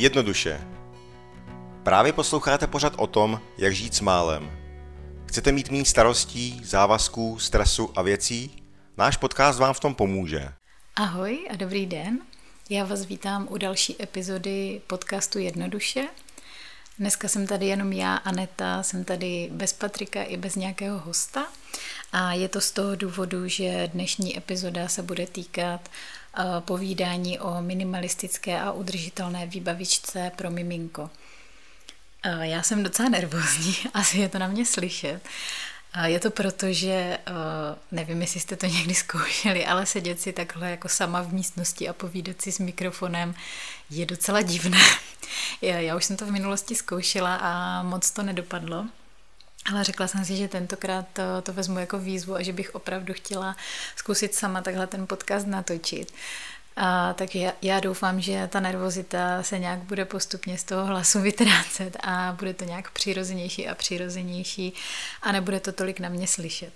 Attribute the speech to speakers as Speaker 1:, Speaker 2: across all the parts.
Speaker 1: Jednoduše. Právě posloucháte pořad o tom, jak žít s málem. Chcete mít méně starostí, závazků, stresu a věcí? Náš podcast vám v tom pomůže.
Speaker 2: Ahoj a dobrý den. Já vás vítám u další epizody podcastu Jednoduše. Dneska jsem tady jenom já, Aneta, jsem tady bez Patrika i bez nějakého hosta. A je to z toho důvodu, že dnešní epizoda se bude týkat povídání o minimalistické a udržitelné výbavičce pro miminko. Já jsem docela nervózní, asi je to na mě slyšet. Je to proto, že nevím, jestli jste to někdy zkoušeli, ale sedět si takhle jako sama v místnosti a povídat si s mikrofonem je docela divné. Já už jsem to v minulosti zkoušela a moc to nedopadlo. Ale řekla jsem si, že tentokrát to vezmu jako výzvu a že bych opravdu chtěla zkusit sama takhle ten podcast natočit. Takže já doufám, že ta nervozita se nějak bude postupně z toho hlasu vytrácet a bude to nějak přirozenější a nebude to tolik na mě slyšet.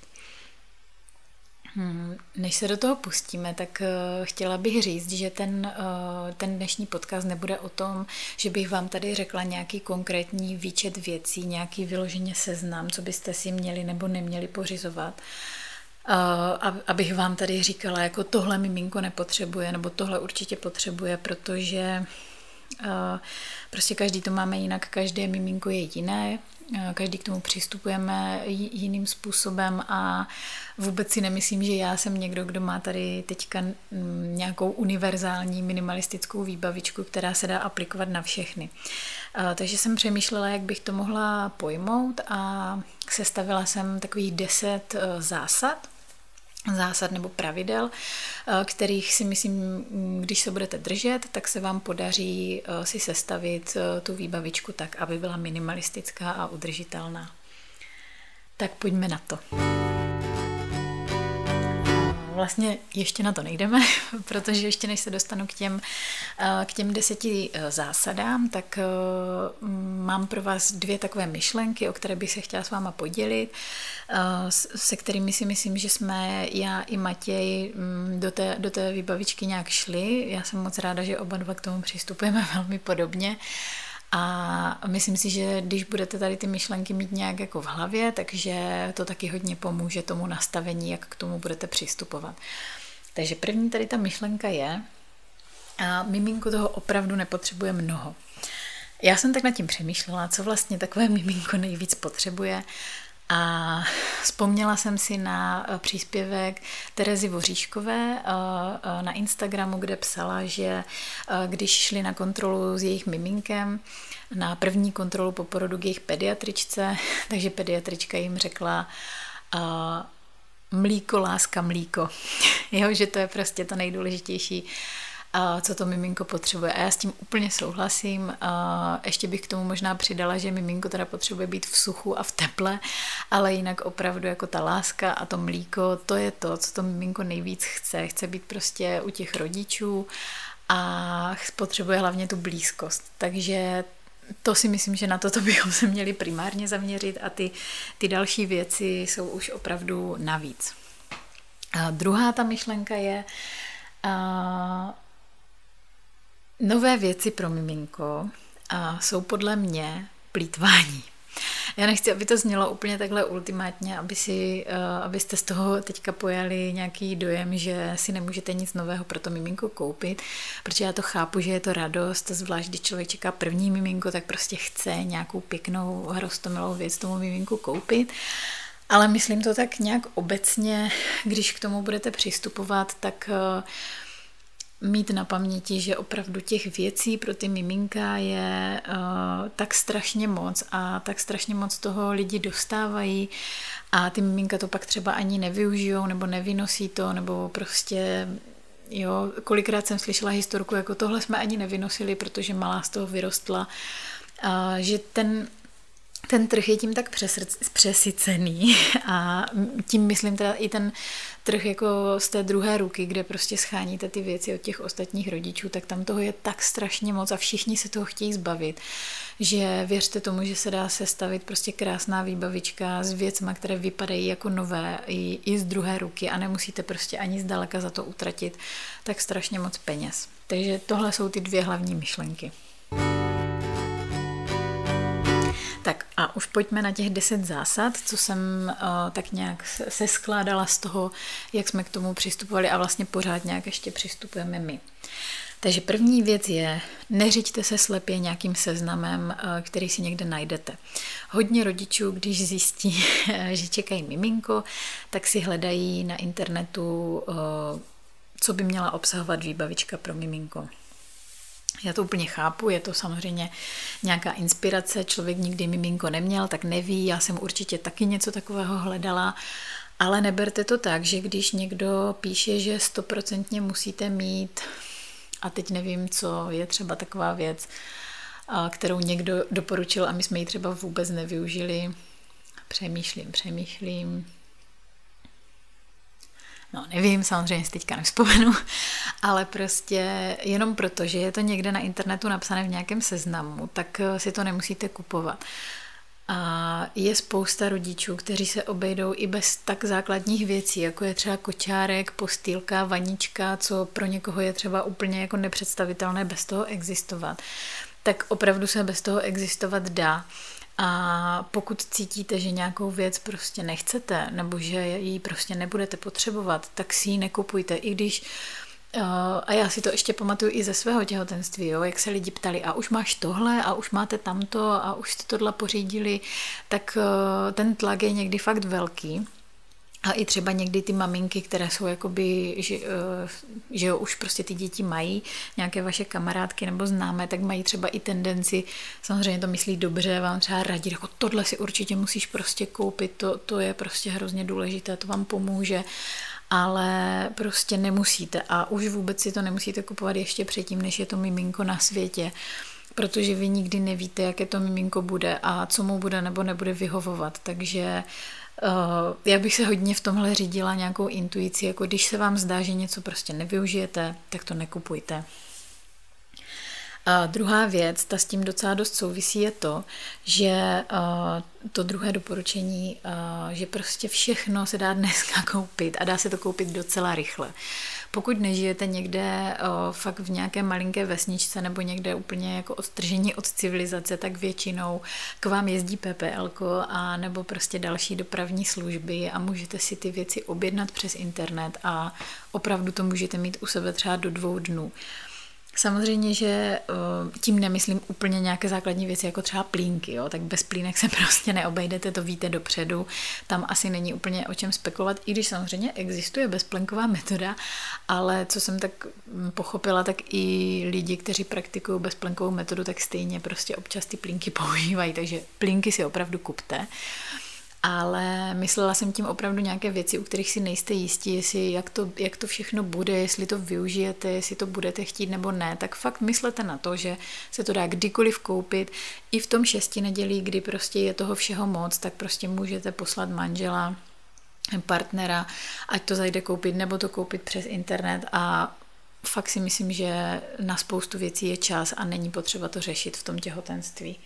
Speaker 2: Než se do toho pustíme, tak chtěla bych říct, že ten dnešní podcast nebude o tom, že bych vám tady řekla nějaký konkrétní výčet věcí, nějaký vyloženě seznam, co byste si měli nebo neměli pořizovat. Abych vám tady říkala, jako tohle miminko nepotřebuje, nebo tohle určitě potřebuje, protože prostě každý to máme jinak, každé miminko je jiné, každý k tomu přistupujeme jiným způsobem a vůbec si nemyslím, že já jsem někdo, kdo má tady teďka nějakou univerzální minimalistickou výbavičku, která se dá aplikovat na všechny. Takže jsem přemýšlela, jak bych to mohla pojmout a sestavila jsem takových 10 zásad nebo pravidel, kterých si myslím, když se budete držet, tak se vám podaří si sestavit tu výbavičku tak, aby byla minimalistická a udržitelná. Tak pojďme na to. Vlastně ještě na to nejdeme, protože ještě než se dostanu k těm 10 zásadám, tak mám pro vás 2 takové myšlenky, o které bych se chtěla s váma podělit, se kterými si myslím, že jsme já i Matěj do té výbavičky nějak šli. Já jsem moc ráda, že oba dva k tomu přistupujeme velmi podobně. A myslím si, že když budete tady ty myšlenky mít nějak jako v hlavě, takže to taky hodně pomůže tomu nastavení, jak k tomu budete přistupovat. Takže první tady ta myšlenka je, a miminko toho opravdu nepotřebuje mnoho. Já jsem tak nad tím přemýšlela, co vlastně takové miminko nejvíc potřebuje. A vzpomněla jsem si na příspěvek Terezy Voříškové na Instagramu, kde psala, že když šli na kontrolu s jejich miminkem, na první kontrolu po porodu k jejich pediatričce, takže pediatrička jim řekla mlíko, láska, mlíko. Jo, že to je prostě to nejdůležitější, co to miminko potřebuje. A já s tím úplně souhlasím. Ještě bych k tomu možná přidala, že miminko teda potřebuje být v suchu a v teple, ale jinak opravdu jako ta láska a to mlíko, to je to, co to miminko nejvíc chce. Chce být prostě u těch rodičů a potřebuje hlavně tu blízkost. Takže to si myslím, že na to bychom se měli primárně zaměřit a ty další věci jsou už opravdu navíc. A druhá ta myšlenka je nové věci pro miminko jsou podle mě plýtvání. Já nechci, aby to znělo úplně takhle ultimátně, abyste z toho teďka pojali nějaký dojem, že si nemůžete nic nového pro to miminko koupit, protože já to chápu, že je to radost, zvlášť když člověk čeká první miminko, tak prostě chce nějakou pěknou hrostomilou věc tomu miminku koupit. Ale myslím to tak nějak obecně, když k tomu budete přistupovat, tak mít na paměti, že opravdu těch věcí pro ty miminka je tak strašně moc a tak strašně moc toho lidi dostávají a ty miminka to pak třeba ani nevyužijou nebo nevynosí to, nebo prostě jo, kolikrát jsem slyšela historku, jako tohle jsme ani nevynosili, protože malá z toho vyrostla, že ten trh je tím tak přesycený a tím myslím teda i ten trh jako z té druhé ruky, kde prostě scháníte ty věci od těch ostatních rodičů, tak tam toho je tak strašně moc a všichni se toho chtějí zbavit, že věřte tomu, že se dá sestavit prostě krásná výbavička s věcma, které vypadají jako nové i z druhé ruky a nemusíte prostě ani zdaleka za to utratit tak strašně moc peněz. Takže tohle jsou ty 2 hlavní myšlenky. Tak a už pojďme na těch 10 zásad, co jsem tak nějak se skládala z toho, jak jsme k tomu přistupovali a vlastně pořád nějak ještě přistupujeme my. Takže první věc je, neřiďte se slepě nějakým seznamem, který si někde najdete. Hodně rodičů, když zjistí, že čekají miminko, tak si hledají na internetu, co by měla obsahovat výbavička pro miminko. Já to úplně chápu, je to samozřejmě nějaká inspirace, člověk nikdy miminko neměl, tak neví, já jsem určitě taky něco takového hledala, ale neberte to tak, že když někdo píše, že 100% musíte mít, a teď nevím, co je třeba taková věc, kterou někdo doporučil a my jsme ji třeba vůbec nevyužili. Přemýšlím. No, nevím, samozřejmě si teďka nevzpomenu, ale prostě jenom proto, že je to někde na internetu napsané v nějakém seznamu, tak si to nemusíte kupovat. A je spousta rodičů, kteří se obejdou i bez tak základních věcí, jako je třeba kočárek, postýlka, vanička, co pro někoho je třeba úplně jako nepředstavitelné bez toho existovat. Tak opravdu se bez toho existovat dá. A pokud cítíte, že nějakou věc prostě nechcete, nebo že ji prostě nebudete potřebovat, tak si ji nekupujte, i když a já si to ještě pamatuju i ze svého těhotenství, jo, jak se lidi ptali, a už máš tohle, a už máte tamto, a už jste tohle pořídili, tak ten tlak je někdy fakt velký. A i třeba někdy ty maminky, které jsou jakoby, že jo, už prostě ty děti mají, nějaké vaše kamarádky nebo známé, tak mají třeba i tendenci, samozřejmě to myslí dobře, vám třeba radit, jako tohle si určitě musíš prostě koupit, to je prostě hrozně důležité, to vám pomůže, ale prostě nemusíte a už vůbec si to nemusíte kupovat ještě předtím, než je to miminko na světě, protože vy nikdy nevíte, jaké to miminko bude a co mu bude nebo nebude vyhovovat, takže já bych se hodně v tomhle řídila nějakou intuici, jako když se vám zdá, že něco prostě nevyužijete, tak to nekupujte. A druhá věc, ta s tím docela dost souvisí, je to, že to druhé doporučení, že prostě všechno se dá dneska koupit a dá se to koupit docela rychle. Pokud nežijete někde fakt v nějaké malinké vesničce nebo někde úplně jako odtržení od civilizace, tak většinou k vám jezdí PPL-ko a nebo prostě další dopravní služby a můžete si ty věci objednat přes internet a opravdu to můžete mít u sebe třeba do 2 dnů. Samozřejmě, že tím nemyslím úplně nějaké základní věci, jako třeba plínky, jo? Tak bez plínek se prostě neobejdete, to víte dopředu, tam asi není úplně o čem spekulovat, i když samozřejmě existuje bezplenková metoda, ale co jsem tak pochopila, tak i lidi, kteří praktikují bezplenkovou metodu, tak stejně prostě občas ty plínky používají, takže plínky si opravdu kupte. Ale myslela jsem tím opravdu nějaké věci, u kterých si nejste jistí, jestli jak to všechno bude, jestli to využijete, jestli to budete chtít nebo ne, tak fakt myslete na to, že se to dá kdykoliv koupit. I v tom 6 nedělí, kdy prostě je toho všeho moc, tak prostě můžete poslat manžela, partnera, ať to zajde koupit nebo to koupit přes internet a fakt si myslím, že na spoustu věcí je čas a není potřeba to řešit v tom těhotenství.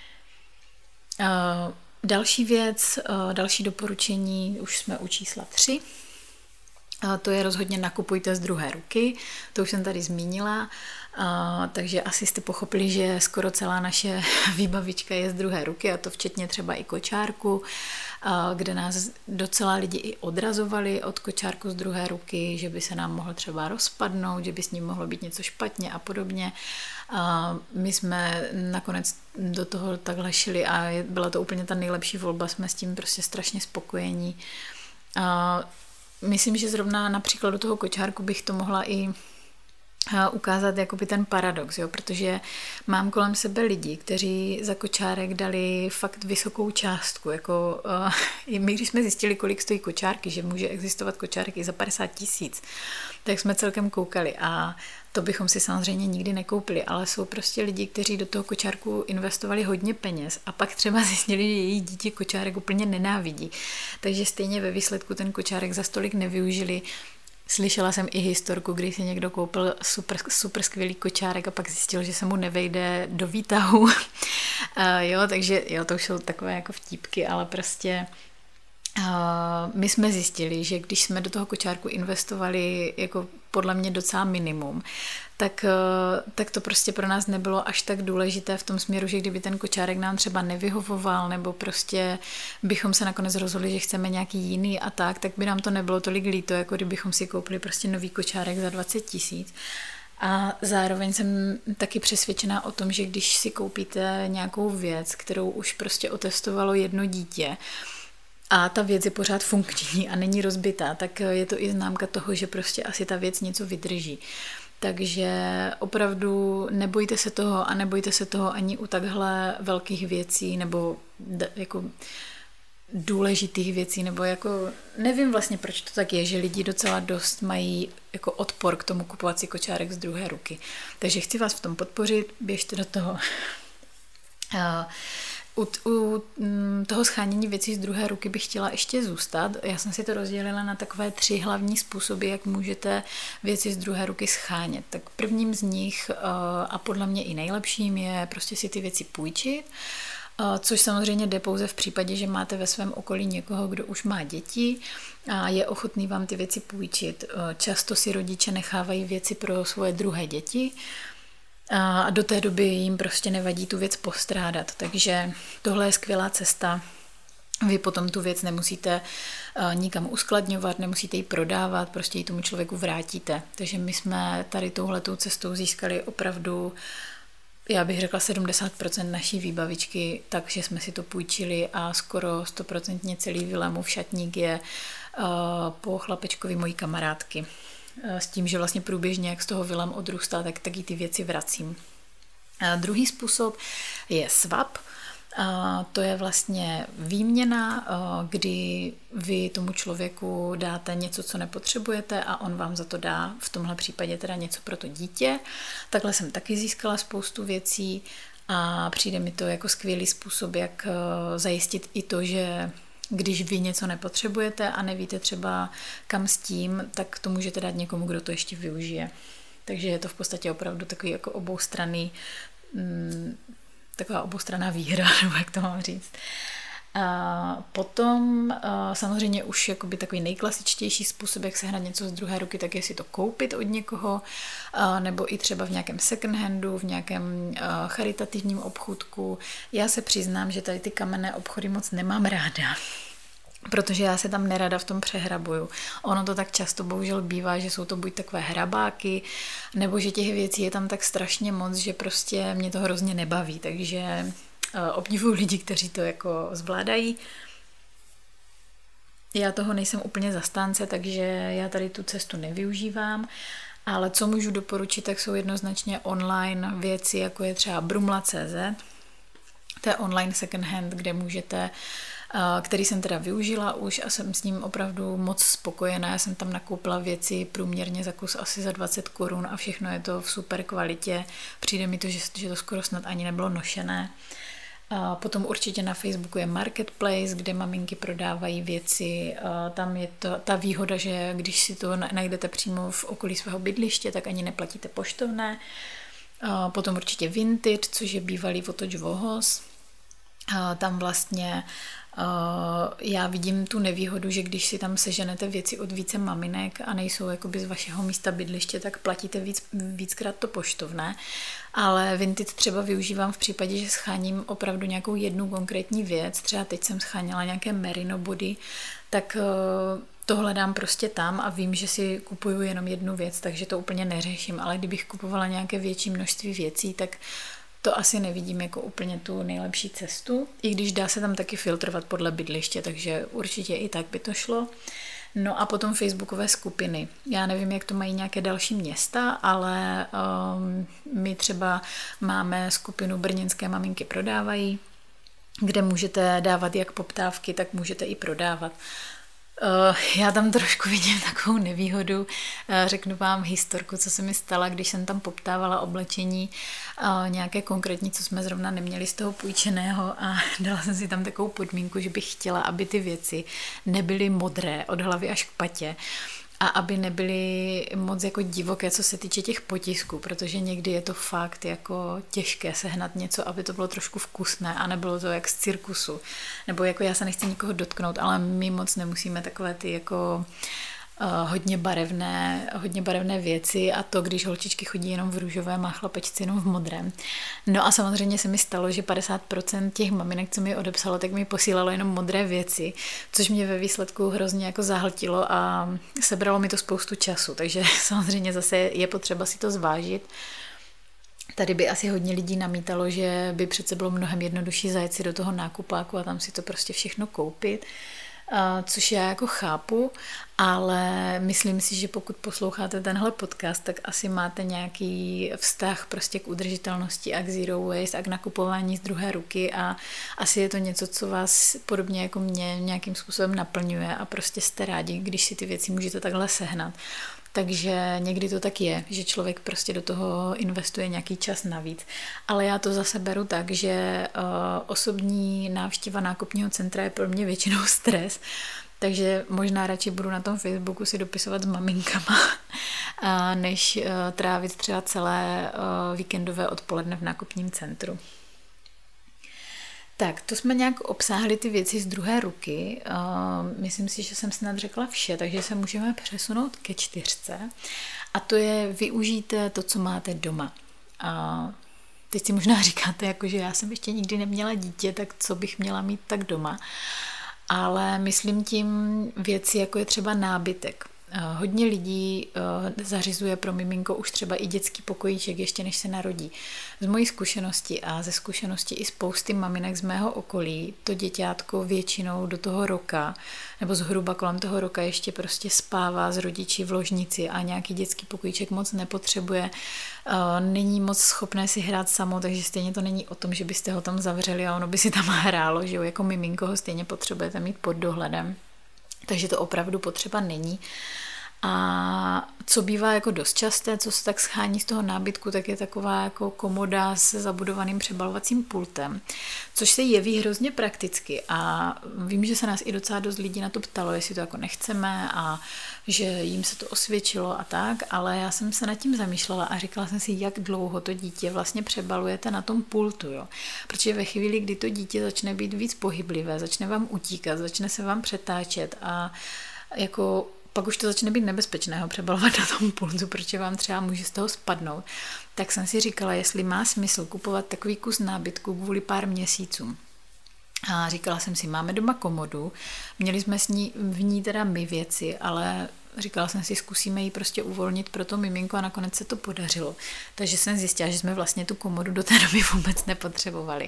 Speaker 2: Další věc, další doporučení, už jsme u čísla 3, to je rozhodně nakupujte z druhé ruky, to už jsem tady zmínila, takže asi jste pochopili, že skoro celá naše výbavička je z druhé ruky a to včetně třeba i kočárku, kde nás docela lidi i odrazovali od kočárku z druhé ruky, že by se nám mohl třeba rozpadnout, že by s ním mohlo být něco špatně a podobně. My jsme nakonec do toho takhle šli a byla to úplně ta nejlepší volba, jsme s tím prostě strašně spokojení. Myslím, že zrovna například do toho kočárku bych to mohla i ukázat jakoby ten paradox, jo? Protože mám kolem sebe lidi, kteří za kočárek dali fakt vysokou částku. Jako, my když jsme zjistili, kolik stojí kočárky, že může existovat kočárek i za 50 000, tak jsme celkem koukali a to bychom si samozřejmě nikdy nekoupili, ale jsou prostě lidi, kteří do toho kočárku investovali hodně peněz a pak třeba zjistili, že jejich dítě kočárek úplně nenávidí. Takže stejně ve výsledku ten kočárek za stolik nevyužili. Slyšela jsem i historku, kdy si někdo koupil super skvělý kočárek a pak zjistil, že se mu nevejde do výtahu. Takže jo, to už jsou takové jako vtípky, ale prostě My jsme zjistili, že když jsme do toho kočárku investovali jako podle mě docela minimum, tak to prostě pro nás nebylo až tak důležité v tom směru, že kdyby ten kočárek nám třeba nevyhovoval, nebo prostě bychom se nakonec rozhodli, že chceme nějaký jiný a tak by nám to nebylo tolik líto, jako kdybychom si koupili prostě nový kočárek za 20 000. A zároveň jsem taky přesvědčená o tom, že když si koupíte nějakou věc, kterou už prostě otestovalo jedno dítě, a ta věc je pořád funkční a není rozbitá, tak je to i známka toho, že prostě asi ta věc něco vydrží. Takže opravdu nebojte se toho a nebojte se toho ani u takhle velkých věcí nebo jako důležitých věcí, nebo jako nevím vlastně, proč to tak je, že lidi docela dost mají jako odpor k tomu kupovat si kočárek z druhé ruky. Takže chci vás v tom podpořit, běžte do toho. U toho schánění věcí z druhé ruky bych chtěla ještě zůstat. Já jsem si to rozdělila na takové 3 hlavní způsoby, jak můžete věci z druhé ruky schánět. Tak prvním z nich a podle mě i nejlepším je prostě si ty věci půjčit, což samozřejmě jde pouze v případě, že máte ve svém okolí někoho, kdo už má děti a je ochotný vám ty věci půjčit. Často si rodiče nechávají věci pro svoje druhé děti, a do té doby jim prostě nevadí tu věc postrádat. Takže tohle je skvělá cesta. Vy potom tu věc nemusíte nikam uskladňovat, nemusíte ji prodávat, prostě ji tomu člověku vrátíte. Takže my jsme tady touhletou cestou získali opravdu, já bych řekla 70% naší výbavičky, takže jsme si to půjčili a skoro 100% celý Vilémův šatník je po chlapečkovi mojí kamarádky. S tím, že vlastně průběžně, jak z toho Vilém odrůstá, tak jí ty věci vracím. Druhý způsob je swap. To je vlastně výměna, kdy vy tomu člověku dáte něco, co nepotřebujete a on vám za to dá, v tomhle případě teda něco pro to dítě. Takhle jsem taky získala spoustu věcí a přijde mi to jako skvělý způsob, jak zajistit i to, že když vy něco nepotřebujete a nevíte třeba kam s tím, tak to můžete dát někomu, kdo to ještě využije. Takže je to v podstatě opravdu takový jako taková oboustranná výhra, nebo jak to mám říct. A potom samozřejmě už jakoby takový nejklasičtější způsob, jak sehnat něco z druhé ruky, tak je si to koupit od někoho, nebo i třeba v nějakém second handu, v nějakém charitativním obchůdku. Já se přiznám, že tady ty kamenné obchody moc nemám ráda, protože já se tam nerada v tom přehrabuju. Ono to tak často bohužel bývá, že jsou to buď takové hrabáky, nebo že těch věcí je tam tak strašně moc, že prostě mě to hrozně nebaví, takže obdivuju lidi, kteří to jako zvládají. Já toho nejsem úplně zastánce, takže já tady tu cestu nevyužívám, ale co můžu doporučit, tak jsou jednoznačně online věci, jako je třeba brumla.cz. To je online second hand, kde můžete, který jsem teda využila už a jsem s ním opravdu moc spokojená. Já jsem tam nakoupila věci průměrně za kus asi za 20 korun a všechno je to v super kvalitě. Přijde mi to, že to skoro snad ani nebylo nošené. A potom určitě na Facebooku je Marketplace, kde maminky prodávají věci. Tam je to ta výhoda, že když si to najdete přímo v okolí svého bydliště, tak ani neplatíte poštovné. Potom určitě Vinted, což je bývalý otoč Vohos. Tam vlastně já vidím tu nevýhodu, že když si tam seženete věci od více maminek a nejsou jakoby z vašeho místa bydliště, tak platíte víckrát to poštovné. Ale Vinted třeba využívám v případě, že scháním opravdu nějakou jednu konkrétní věc. Třeba teď jsem scháněla nějaké merino body, tak to hledám prostě tam a vím, že si kupuju jenom jednu věc, takže to úplně neřeším. Ale kdybych kupovala nějaké větší množství věcí, tak to asi nevidím jako úplně tu nejlepší cestu, i když dá se tam taky filtrovat podle bydliště, takže určitě i tak by to šlo. No a potom facebookové skupiny. Já nevím, jak to mají nějaké další města, ale my třeba máme skupinu Brněnské maminky prodávají, kde můžete dávat jak poptávky, tak můžete i prodávat. Já tam trošku vidím takovou nevýhodu. Řeknu vám historku, co se mi stala, když jsem tam poptávala oblečení nějaké konkrétní, co jsme zrovna neměli z toho půjčeného a dala jsem si tam takovou podmínku, že bych chtěla, aby ty věci nebyly modré od hlavy až k patě. a aby nebyly moc jako divoké, co se týče těch potisků, protože někdy je to fakt jako těžké sehnat něco, aby to bylo trošku vkusné a nebylo to jak z cirkusu. Nebo jako já se nechci nikoho dotknout, ale my moc nemusíme takové ty jako hodně barevné věci a to, když holčičky chodí jenom v růžovém a chlapečci jenom v modrém. No a samozřejmě se mi stalo, že 50% těch maminek, co mi odepsalo, tak mi posílalo jenom modré věci, což mě ve výsledku hrozně jako zahltilo a sebralo mi to spoustu času, takže samozřejmě zase je potřeba si to zvážit. Tady by asi hodně lidí namítalo, že by přece bylo mnohem jednodušší zajet si do toho nákupáku a tam si to prostě všechno koupit, což já jako chápu, ale myslím si, že pokud posloucháte tenhle podcast, tak asi máte nějaký vztah prostě k udržitelnosti a k zero waste a k nakupování z druhé ruky a asi je to něco, co vás podobně jako mě nějakým způsobem naplňuje a prostě jste rádi, když si ty věci můžete takhle sehnat. Takže někdy to tak je, že člověk prostě do toho investuje nějaký čas navíc. Ale já to zase beru tak, že osobní návštěva nákupního centra je pro mě většinou stres, takže možná radši budu na tom Facebooku si dopisovat s maminkama, než trávit třeba celé víkendové odpoledne v nákupním centru. Tak, to jsme nějak obsáhli ty věci z druhé ruky. Myslím si, že jsem snad řekla vše, takže se můžeme přesunout ke 4. A to je využijte to, co máte doma. Teď si možná říkáte, jako, že já jsem ještě nikdy neměla dítě, tak co bych měla mít tak doma. Ale myslím tím věci, jako je třeba nábytek. Hodně lidí zařizuje pro miminko už třeba i dětský pokojíček, ještě než se narodí. Z mojí zkušenosti a ze zkušenosti i spousty maminek z mého okolí to děťátko většinou do toho roka nebo zhruba kolem toho roka ještě prostě spává s rodiči v ložnici a nějaký dětský pokojíček moc nepotřebuje, není moc schopné si hrát samo, takže stejně to není o tom, že byste ho tam zavřeli a ono by si tam hrálo, že jo, jako miminko ho stejně potřebujete mít pod dohledem. Takže to opravdu potřeba není. A co bývá jako dost časté, co se tak schání z toho nábytku, tak je taková jako komoda se zabudovaným přebalovacím pultem, což se jeví hrozně prakticky a vím, že se nás i docela dost lidí na to ptalo, jestli to jako nechceme a že jim se to osvědčilo a tak, ale já jsem se nad tím zamýšlela a říkala jsem si, jak dlouho to dítě vlastně přebalujete na tom pultu, jo. Protože ve chvíli, kdy to dítě začne být víc pohyblivé, začne vám utíkat, začne se vám přetáčet a jako pak už to začne být nebezpečné ho přebalovat na tom pultu, protože vám třeba může z toho spadnout. Tak jsem si říkala, jestli má smysl kupovat takový kus nábytku kvůli pár měsícům. A říkala jsem si, máme doma komodu, měli jsme v ní teda my věci, ale říkala jsem si, zkusíme ji prostě uvolnit pro to miminko a nakonec se to podařilo. Takže jsem zjistila, že jsme vlastně tu komodu do té doby vůbec nepotřebovali.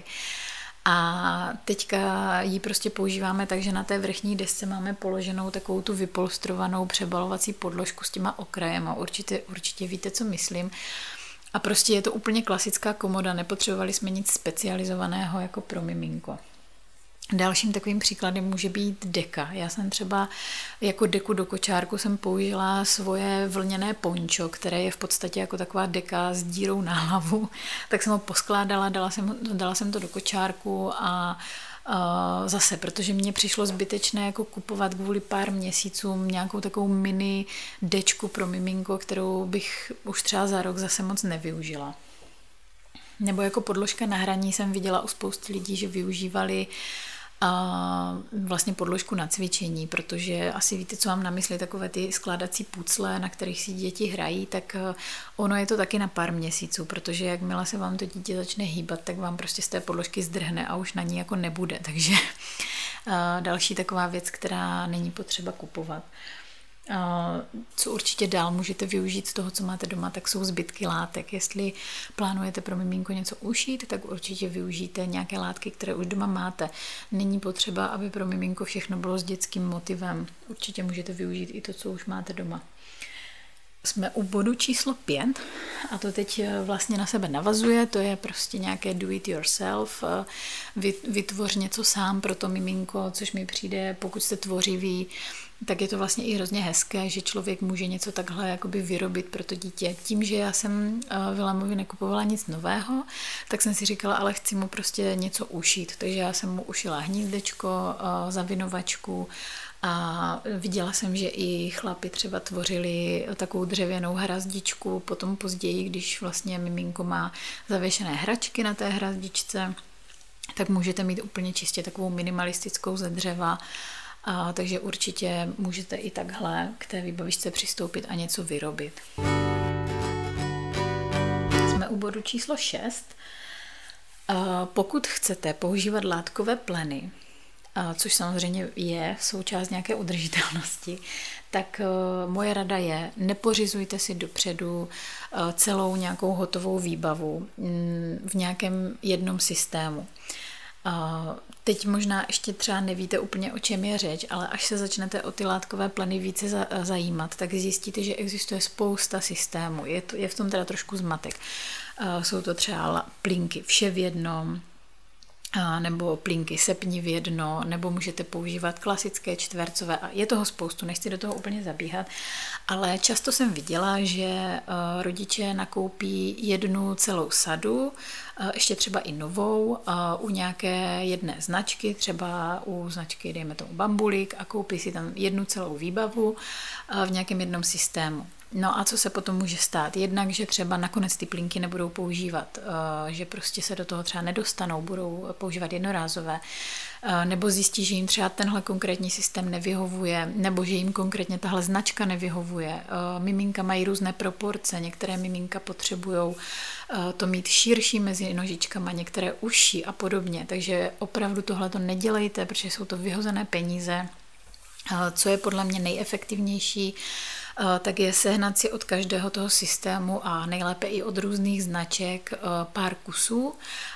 Speaker 2: A teďka ji prostě používáme tak, že na té vrchní desce máme položenou takovou tu vypolstrovanou přebalovací podložku s těma okrajema. Určitě víte, co myslím. A prostě je to úplně klasická komoda, nepotřebovali jsme nic specializovaného jako pro miminko. Dalším takovým příkladem může být deka. Já jsem třeba jako deku do kočárku jsem použila svoje vlněné pončo, které je v podstatě jako taková deka s dírou na hlavu. Tak jsem ho poskládala, dala jsem to do kočárku a zase, protože mně přišlo zbytečné jako kupovat kvůli pár měsícům nějakou takovou mini dečku pro miminko, kterou bych už třeba za rok zase moc nevyužila. Nebo jako podložka na hraní jsem viděla u spousty lidí, že využívali vlastně podložku na cvičení, protože asi víte, co mám na mysli, takové ty skládací pucle, na kterých si děti hrají, tak ono je to taky na pár měsíců, protože jakmile se vám to dítě začne hýbat, tak vám prostě z té podložky zdrhne a už na ní jako nebude, takže další taková věc, která není potřeba kupovat. Co určitě dál můžete využít z toho, co máte doma, tak jsou zbytky látek. Jestli plánujete pro miminko něco ušít, tak určitě využijte nějaké látky, které už doma máte. Není potřeba, aby pro miminko všechno bylo s dětským motivem. Určitě můžete využít i to, co už máte doma. Jsme u bodu číslo 5 a to teď vlastně na sebe navazuje, to je prostě nějaké do it yourself, vytvoř něco sám pro to miminko, což mi přijde, pokud jste tvořiví, tak je to vlastně i hrozně hezké, že člověk může něco takhle jakoby vyrobit pro to dítě. Tím, že já jsem Vilémovi nekupovala nic nového, tak jsem si říkala, ale chci mu prostě něco ušít. Takže já jsem mu ušila hnízdečko, zavinovačku a viděla jsem, že i chlapi třeba tvořili takovou dřevěnou hrazdičku, potom později, když vlastně miminko má zavěšené hračky na té hrazdičce, tak můžete mít úplně čistě takovou minimalistickou ze dřeva, takže určitě můžete i takhle k té výbavičce přistoupit a něco vyrobit. Jsme u bodu číslo 6. Pokud chcete používat látkové pleny, což samozřejmě je součást nějaké udržitelnosti, tak moje rada je, nepořizujte si dopředu celou nějakou hotovou výbavu v nějakém jednom systému. Teď možná ještě třeba nevíte úplně, o čem je řeč, ale až se začnete o ty látkové pleny více zajímat, tak zjistíte, že existuje spousta systémů. Je v tom teda trošku zmatek. Jsou to třeba plínky vše v jednom, nebo plínky sepni v jedno, nebo můžete používat klasické čtvercové a je toho spoustu, nechci do toho úplně zabíhat, ale často jsem viděla, že rodiče nakoupí jednu celou sadu, ještě třeba i novou, u nějaké jedné značky, třeba u značky, dejme tomu Bambulik, a koupí si tam jednu celou výbavu v nějakém jednom systému. No a co se potom může stát? Jednak, že třeba nakonec ty plínky nebudou používat, že prostě se do toho třeba nedostanou, budou používat jednorázové, nebo zjistí, že jim třeba tenhle konkrétní systém nevyhovuje, nebo že jim konkrétně tahle značka nevyhovuje. Miminka mají různé proporce, některé miminka potřebují to mít širší mezi nožičkama, některé užší a podobně, takže opravdu tohle to nedělejte, protože jsou to vyhozené peníze. Co je podle mě nejefektivnější, tak je sehnat si od každého toho systému a nejlépe i od různých značek pár kusů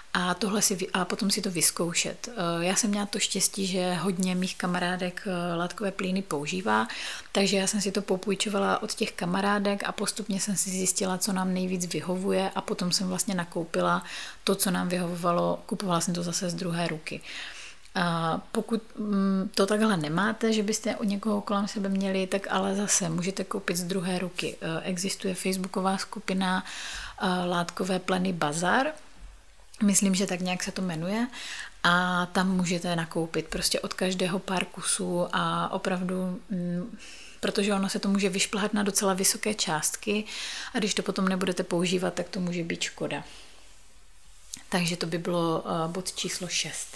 Speaker 2: a potom si to vyzkoušet. Já jsem měla to štěstí, že hodně mých kamarádek látkové plíny používá, takže já jsem si to popůjčovala od těch kamarádek a postupně jsem si zjistila, co nám nejvíc vyhovuje a potom jsem vlastně nakoupila to, co nám vyhovovalo, kupovala jsem to zase z druhé ruky. Pokud to takhle nemáte, že byste u někoho kolem sebe měli, tak ale zase můžete koupit z druhé ruky. Existuje facebooková skupina Látkové pleny Bazar, myslím, že tak nějak se to jmenuje, a tam můžete nakoupit prostě od každého pár kusů a opravdu, protože ono se to může vyšplhat na docela vysoké částky a když to potom nebudete používat, tak to může být škoda. Takže to by bylo bod číslo 6.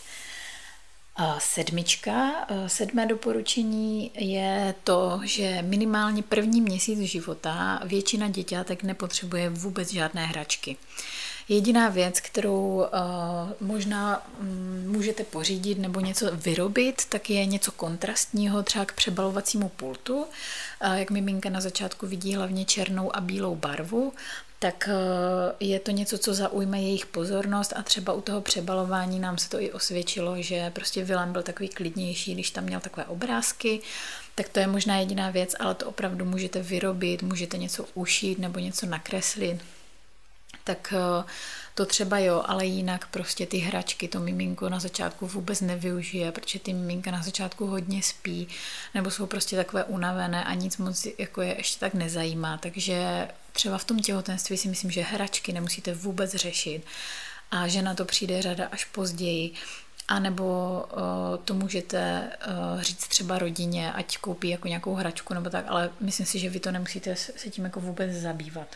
Speaker 2: 7. doporučení je to, že minimálně první měsíc života většina děťátek nepotřebuje vůbec žádné hračky. Jediná věc, kterou možná můžete pořídit nebo něco vyrobit, tak je něco kontrastního, třeba k přebalovacímu pultu. Jak miminka na začátku vidí hlavně černou a bílou barvu, tak je to něco, co zaujme jejich pozornost a třeba u toho přebalování nám se to i osvědčilo, že prostě Vilém byl takový klidnější, když tam měl takové obrázky, tak to je možná jediná věc, ale to opravdu můžete vyrobit, můžete něco ušít nebo něco nakreslit. Tak to třeba jo, ale jinak prostě ty hračky to miminko na začátku vůbec nevyužije, protože ty miminka na začátku hodně spí, nebo jsou prostě takové unavené a nic moc jako je ještě tak nezajímá, takže třeba v tom těhotenství si myslím, že hračky nemusíte vůbec řešit a že na to přijde řada až později. A nebo to můžete říct třeba rodině, ať koupí jako nějakou hračku nebo tak, ale myslím si, že vy to nemusíte se tím jako vůbec zabývat.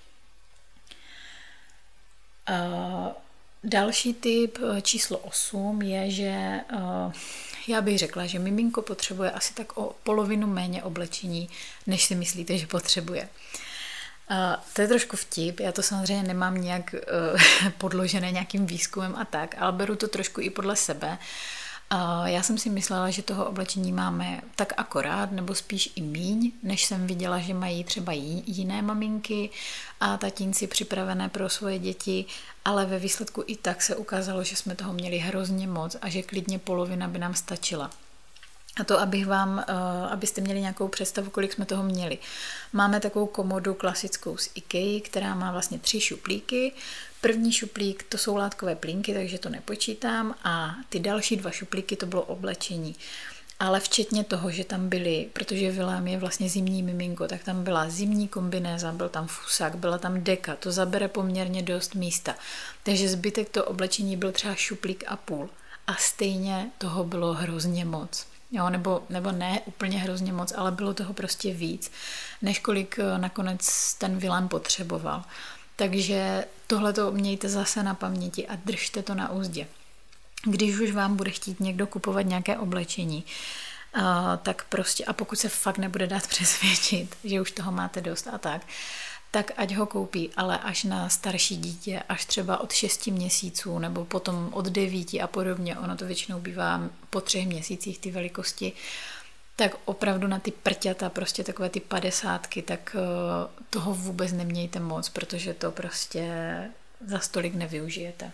Speaker 2: Další tip číslo 8 je, že já bych řekla, že miminko potřebuje asi tak o polovinu méně oblečení, než si myslíte, že potřebuje. To je trošku vtip, já to samozřejmě nemám nějak podložené nějakým výzkumem a tak, ale beru to trošku i podle sebe. Já jsem si myslela, že toho oblečení máme tak akorát, nebo spíš i míň, než jsem viděla, že mají třeba jiné maminky a tatínci připravené pro svoje děti, ale ve výsledku i tak se ukázalo, že jsme toho měli hrozně moc a že klidně polovina by nám stačila. A to, abyste měli nějakou představu, kolik jsme toho měli. Máme takovou komodu klasickou z IKEA, která má vlastně 3 šuplíky. První šuplík to jsou látkové plínky, takže to nepočítám a ty další 2 šuplíky to bylo oblečení. ale včetně toho, že tam byly, protože Vilém je vlastně zimní miminko, tak tam byla zimní kombinéza, byl tam fusák, byla tam deka, to zabere poměrně dost místa. Takže zbytek toho oblečení byl třeba šuplík a půl. A stejně toho bylo hrozně moc. Jo, nebo ne úplně hrozně moc, ale bylo toho prostě víc, než kolik nakonec ten Vilém potřeboval. Takže tohleto mějte zase na paměti a držte to na úzdě. Když už vám bude chtít někdo kupovat nějaké oblečení, tak prostě, a pokud se fakt nebude dát přesvědčit, že už toho máte dost a tak ať ho koupí, ale až na starší dítě, až třeba od 6 měsíců nebo potom od 9 a podobně, ono to většinou bývá po 3 měsících ty velikosti, tak opravdu na ty prťata, prostě takové ty 50, tak toho vůbec nemějte moc, protože to prostě za stolik nevyužijete.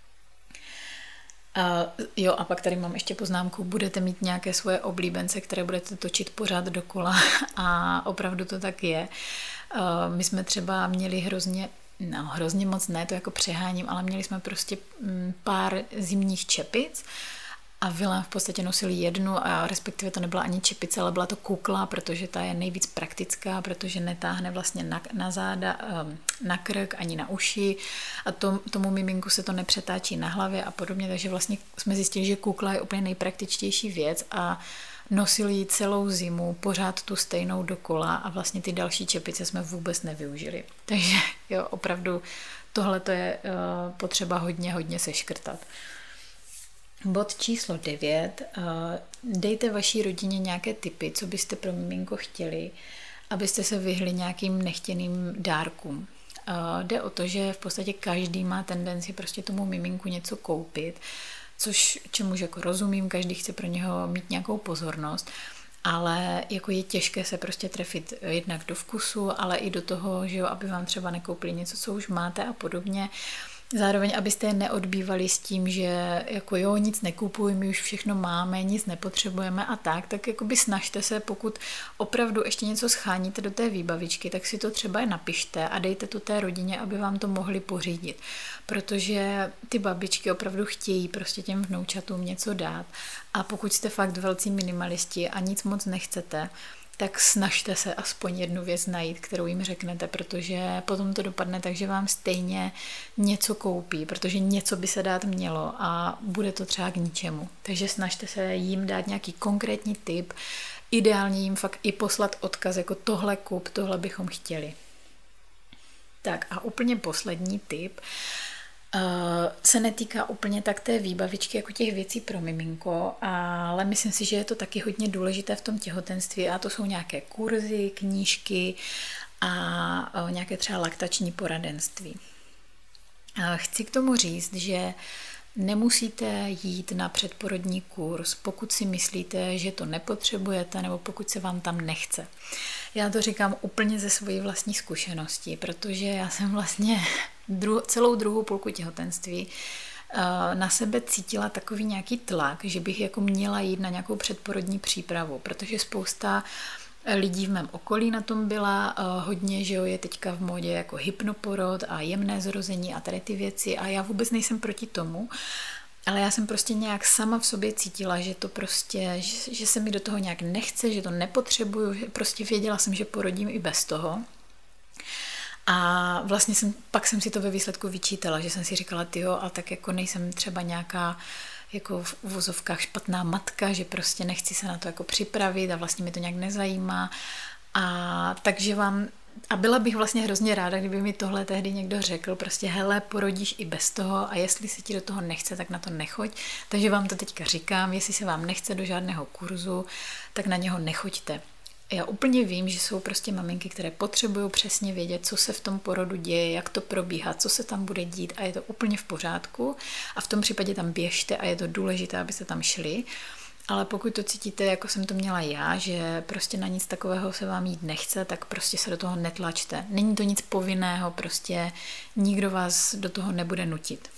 Speaker 2: Jo, a pak tady mám ještě poznámku, budete mít nějaké svoje oblíbence, které budete točit pořád dokola a opravdu to tak je. My jsme třeba měli hrozně moc ne, to jako přeháním, ale měli jsme prostě pár zimních čepic a Vilém v podstatě nosil jednu a respektive to nebyla ani čepice, ale byla to kukla, protože ta je nejvíc praktická, protože netáhne vlastně na záda, na krk ani na uši a tomu miminku se to nepřetáčí na hlavě a podobně, takže vlastně jsme zjistili, že kukla je úplně nejpraktičtější věc a nosili ji celou zimu, pořád tu stejnou dokola a vlastně ty další čepice jsme vůbec nevyužili. Takže jo, opravdu tohle to je potřeba hodně seškrtat. Bod číslo 9. Dejte vaší rodině nějaké tipy, co byste pro miminko chtěli, abyste se vyhli nějakým nechtěným dárkům. Jde o to, že v podstatě každý má tendenci prostě tomu miminku něco koupit, čemuž jako rozumím, každý chce pro něho mít nějakou pozornost, ale jako je těžké se prostě trefit jednak do vkusu, ale i do toho, že jo, aby vám třeba nekoupili něco, co už máte a podobně. Zároveň, abyste je neodbývali s tím, že jako jo, nic nekupuj, my už všechno máme, nic nepotřebujeme a tak jakoby snažte se, pokud opravdu ještě něco scháníte do té výbavičky, tak si to třeba napište a dejte to té rodině, aby vám to mohli pořídit. Protože ty babičky opravdu chtějí prostě těm vnoučatům něco dát a pokud jste fakt velcí minimalisti a nic moc nechcete, tak snažte se aspoň jednu věc najít, kterou jim řeknete, protože potom to dopadne tak, že vám stejně něco koupí, protože něco by se dát mělo a bude to třeba k ničemu. Takže snažte se jim dát nějaký konkrétní tip, ideálně jim fakt i poslat odkaz, jako tohle kup, tohle bychom chtěli. Tak a úplně poslední tip se netýká úplně tak té výbavičky jako těch věcí pro miminko, ale myslím si, že je to taky hodně důležité v tom těhotenství a to jsou nějaké kurzy, knížky a nějaké třeba laktační poradenství. Chci k tomu říct, že nemusíte jít na předporodní kurz, pokud si myslíte, že to nepotřebujete nebo pokud se vám tam nechce. Já to říkám úplně ze své vlastní zkušenosti, protože já jsem vlastně celou druhou půlku těhotenství na sebe cítila takový nějaký tlak, že bych jako měla jít na nějakou předporodní přípravu, protože spousta lidí v mém okolí na tom byla hodně, že jo, je teďka v módě jako hypnoporod a jemné zrození a tady ty věci a já vůbec nejsem proti tomu, ale já jsem prostě nějak sama v sobě cítila, že to prostě, že se mi do toho nějak nechce, že to nepotřebuju, že prostě věděla jsem, že porodím i bez toho. A vlastně pak jsem si to ve výsledku vyčítala, že jsem si říkala, tyjo, a tak jako nejsem třeba nějaká jako v uvozovkách špatná matka, že prostě nechci se na to jako připravit a vlastně mi to nějak nezajímá. A byla bych vlastně hrozně ráda, kdyby mi tohle tehdy někdo řekl, prostě hele, porodíš i bez toho a jestli se ti do toho nechce, tak na to nechoď. Takže vám to teďka říkám, jestli se vám nechce do žádného kurzu, tak na něho nechoďte. Já úplně vím, že jsou prostě maminky, které potřebují přesně vědět, co se v tom porodu děje, jak to probíhá, co se tam bude dít a je to úplně v pořádku a v tom případě tam běžte a je to důležité, abyste tam šli. Ale pokud to cítíte, jako jsem to měla já, že prostě na nic takového se vám jít nechce, tak prostě se do toho netlačte. Není to nic povinného, prostě nikdo vás do toho nebude nutit.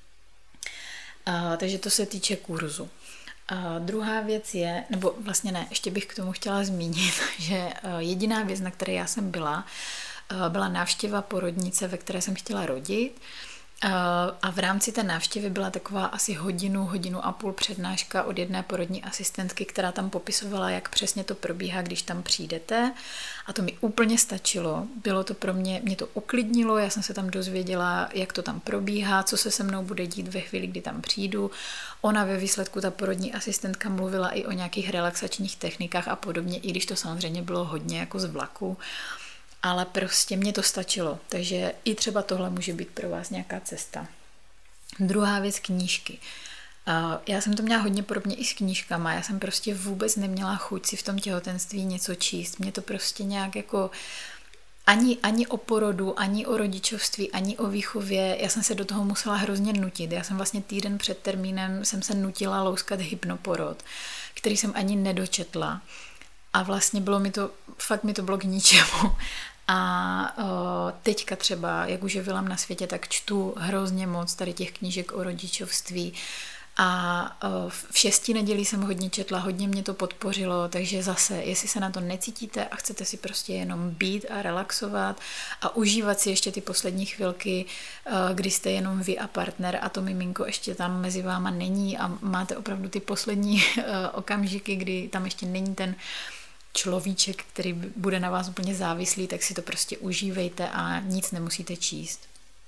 Speaker 2: Takže to se týče kurzu. Druhá věc je, nebo vlastně ne, ještě bych k tomu chtěla zmínit, že jediná věc, na které já jsem byla návštěva porodnice, ve které jsem chtěla rodit A v rámci té návštěvy byla taková asi hodinu a půl přednáška od jedné porodní asistentky, která tam popisovala, jak přesně to probíhá, když tam přijdete. A to mi úplně stačilo. Bylo to pro mě to uklidnilo, já jsem se tam dozvěděla, jak to tam probíhá, co se mnou bude dít ve chvíli, kdy tam přijdu. Ona ve výsledku, ta porodní asistentka, mluvila i o nějakých relaxačních technikách a podobně, i když to samozřejmě bylo hodně jako z vlaku. Ale prostě mě to stačilo, takže i třeba tohle může být pro vás nějaká cesta. Druhá věc, knížky. Já jsem to měla hodně podobně i s knížkama, já jsem prostě vůbec neměla chuť si v tom těhotenství něco číst. Mě to prostě nějak jako ani o porodu, ani o rodičovství, ani o výchově, já jsem se do toho musela hrozně nutit. Já jsem vlastně týden před termínem jsem se nutila louskat hypnoporod, který jsem ani nedočetla. A vlastně fakt mi to bylo k ničemu. A teďka třeba, jak už je Vilam na světě, tak čtu hrozně moc tady těch knížek o rodičovství. A v 6 nedělí jsem hodně četla, hodně mě to podpořilo, takže zase, jestli se na to necítíte a chcete si prostě jenom být a relaxovat a užívat si ještě ty poslední chvilky, kdy jste jenom vy a partner a to miminko ještě tam mezi váma není a máte opravdu ty poslední okamžiky, kdy tam ještě není ten človíček, který bude na vás úplně závislý, tak si to prostě užívejte a nic nemusíte číst.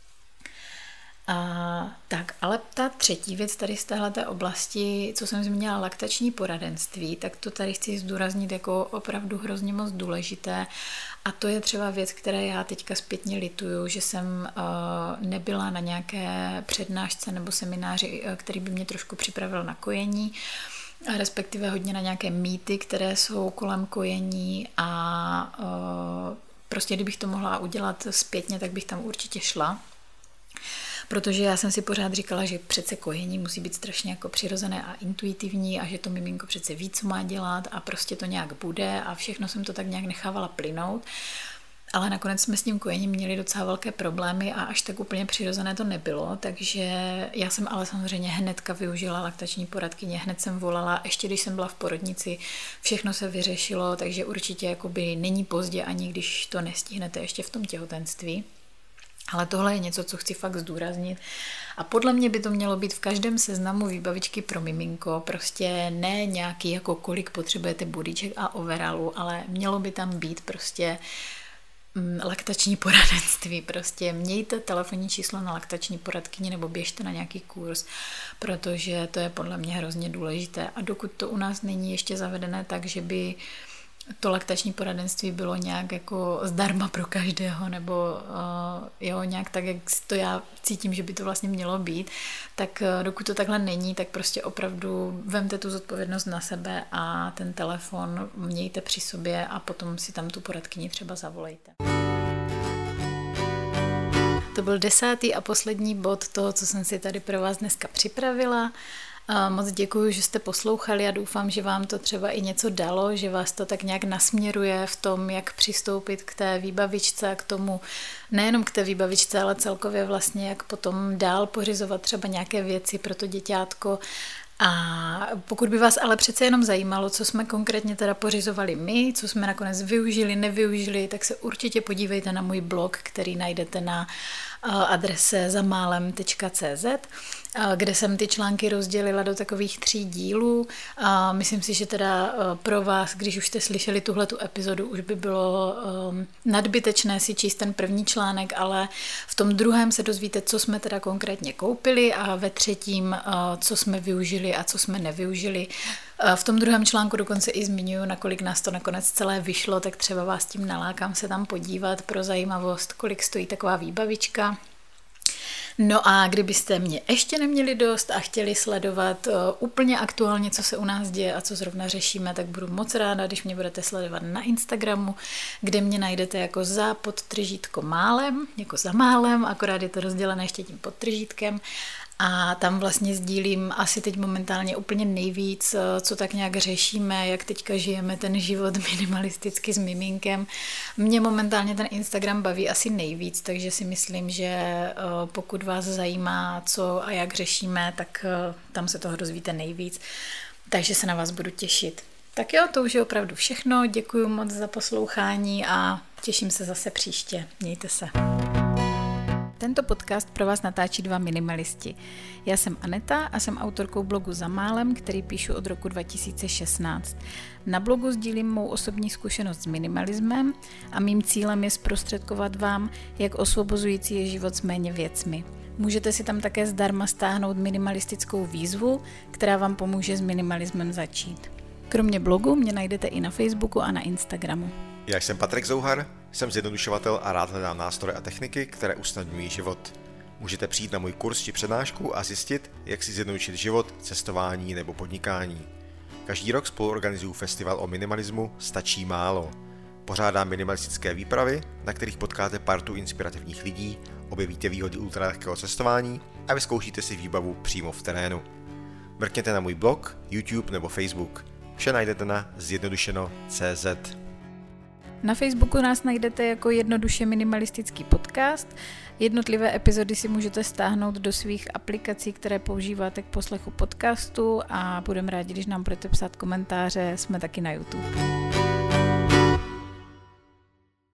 Speaker 2: Tak, ale ta třetí věc tady z téhleté oblasti, co jsem zmínila, laktační poradenství, tak to tady chci zdůraznit jako opravdu hrozně moc důležité a to je třeba věc, které já teďka zpětně lituju, že jsem nebyla na nějaké přednášce nebo semináři, který by mě trošku připravil na kojení, respektive hodně na nějaké mýty, které jsou kolem kojení a prostě kdybych to mohla udělat zpětně, tak bych tam určitě šla. Protože já jsem si pořád říkala, že přece kojení musí být strašně jako přirozené a intuitivní a že to miminko přece ví, co má dělat a prostě to nějak bude a všechno jsem to tak nějak nechávala plynout. Ale nakonec jsme s tím kojením měli docela velké problémy a až tak úplně přirozené to nebylo, takže já jsem ale samozřejmě hnedka využila laktační poradkyně, hned jsem volala, ještě když jsem byla v porodnici, všechno se vyřešilo, takže určitě jakoby není pozdě, ani když to nestihnete ještě v tom těhotenství. Ale tohle je něco, co chci fakt zdůraznit. A podle mě by to mělo být v každém seznamu výbavičky pro miminko, prostě ne nějaký, jako kolik potřebujete bodíček a overallu, ale mělo by tam být prostě laktační poradenství. Prostě mějte telefonní číslo na laktační poradkyni nebo běžte na nějaký kurz, protože to je podle mě hrozně důležité. A dokud to u nás není ještě zavedené tak, že by to laktační poradenství bylo nějak jako zdarma pro každého, nebo nějak tak, jak to já cítím, že by to vlastně mělo být, tak dokud to takhle není, tak prostě opravdu vemte tu zodpovědnost na sebe a ten telefon mějte při sobě a potom si tam tu poradkyni třeba zavolejte. To byl 10. a poslední bod toho, co jsem si tady pro vás dneska připravila. Moc děkuji, že jste poslouchali a doufám, že vám to třeba i něco dalo, že vás to tak nějak nasměruje v tom, jak přistoupit k té výbavičce a k tomu, nejenom k té výbavičce, ale celkově vlastně, jak potom dál pořizovat třeba nějaké věci pro to děťátko. A pokud by vás ale přece jenom zajímalo, co jsme konkrétně teda pořizovali my, co jsme nakonec využili, nevyužili, tak se určitě podívejte na můj blog, který najdete na adrese zamálem.cz, kde jsem ty články rozdělila do takových 3 dílů. Myslím si, že teda pro vás, když už jste slyšeli tuhletu epizodu, už by bylo nadbytečné si číst ten první článek, ale v tom druhém se dozvíte, co jsme teda konkrétně koupili a ve třetím, co jsme využili a co jsme nevyužili. V tom druhém článku dokonce i zmiňuji, nakolik nás to nakonec celé vyšlo, tak třeba vás tím nalákám se tam podívat pro zajímavost, kolik stojí taková výbavička. No a kdybyste mě ještě neměli dost a chtěli sledovat úplně aktuálně, co se u nás děje a co zrovna řešíme, tak budu moc ráda, když mě budete sledovat na Instagramu, kde mě najdete jako za podtržítko málem, jako za málem, akorát je to rozdělené ještě tím podtržítkem. A tam vlastně sdílím asi teď momentálně úplně nejvíc, co tak nějak řešíme, jak teďka žijeme ten život minimalisticky s miminkem. Mě momentálně ten Instagram baví asi nejvíc, takže si myslím, že pokud vás zajímá, co a jak řešíme, tak tam se toho dozvíte nejvíc. Takže se na vás budu těšit. Tak jo, to už je opravdu všechno. Děkuji moc za poslouchání a těším se zase příště. Mějte se. Tento podcast pro vás natáčí dva minimalisti. Já jsem Aneta a jsem autorkou blogu Za málem, který píšu od roku 2016. Na blogu sdílím mou osobní zkušenost s minimalismem a mým cílem je zprostředkovat vám, jak osvobozující je život s méně věcmi. Můžete si tam také zdarma stáhnout minimalistickou výzvu, která vám pomůže s minimalismem začít. Kromě blogu mě najdete i na Facebooku a na Instagramu.
Speaker 1: Já jsem Patrik Zouhar, jsem zjednodušovatel a rád hledám nástroje a techniky, které usnadňují život. Můžete přijít na můj kurz či přednášku a zjistit, jak si zjednodušit život, cestování nebo podnikání. Každý rok spoluorganizuju festival o minimalismu Stačí málo. Pořádám minimalistické výpravy, na kterých potkáte partu inspirativních lidí, objevíte výhody ultralehkého cestování a vyzkoušíte si výbavu přímo v terénu. Mrkněte na můj blog, YouTube nebo Facebook. Vše najdete na zjednodušeno.cz.
Speaker 2: Na Facebooku nás najdete jako jednoduše minimalistický podcast. Jednotlivé epizody si můžete stáhnout do svých aplikací, které používáte k poslechu podcastu a budeme rádi, když nám budete psát komentáře. Jsme taky na YouTube.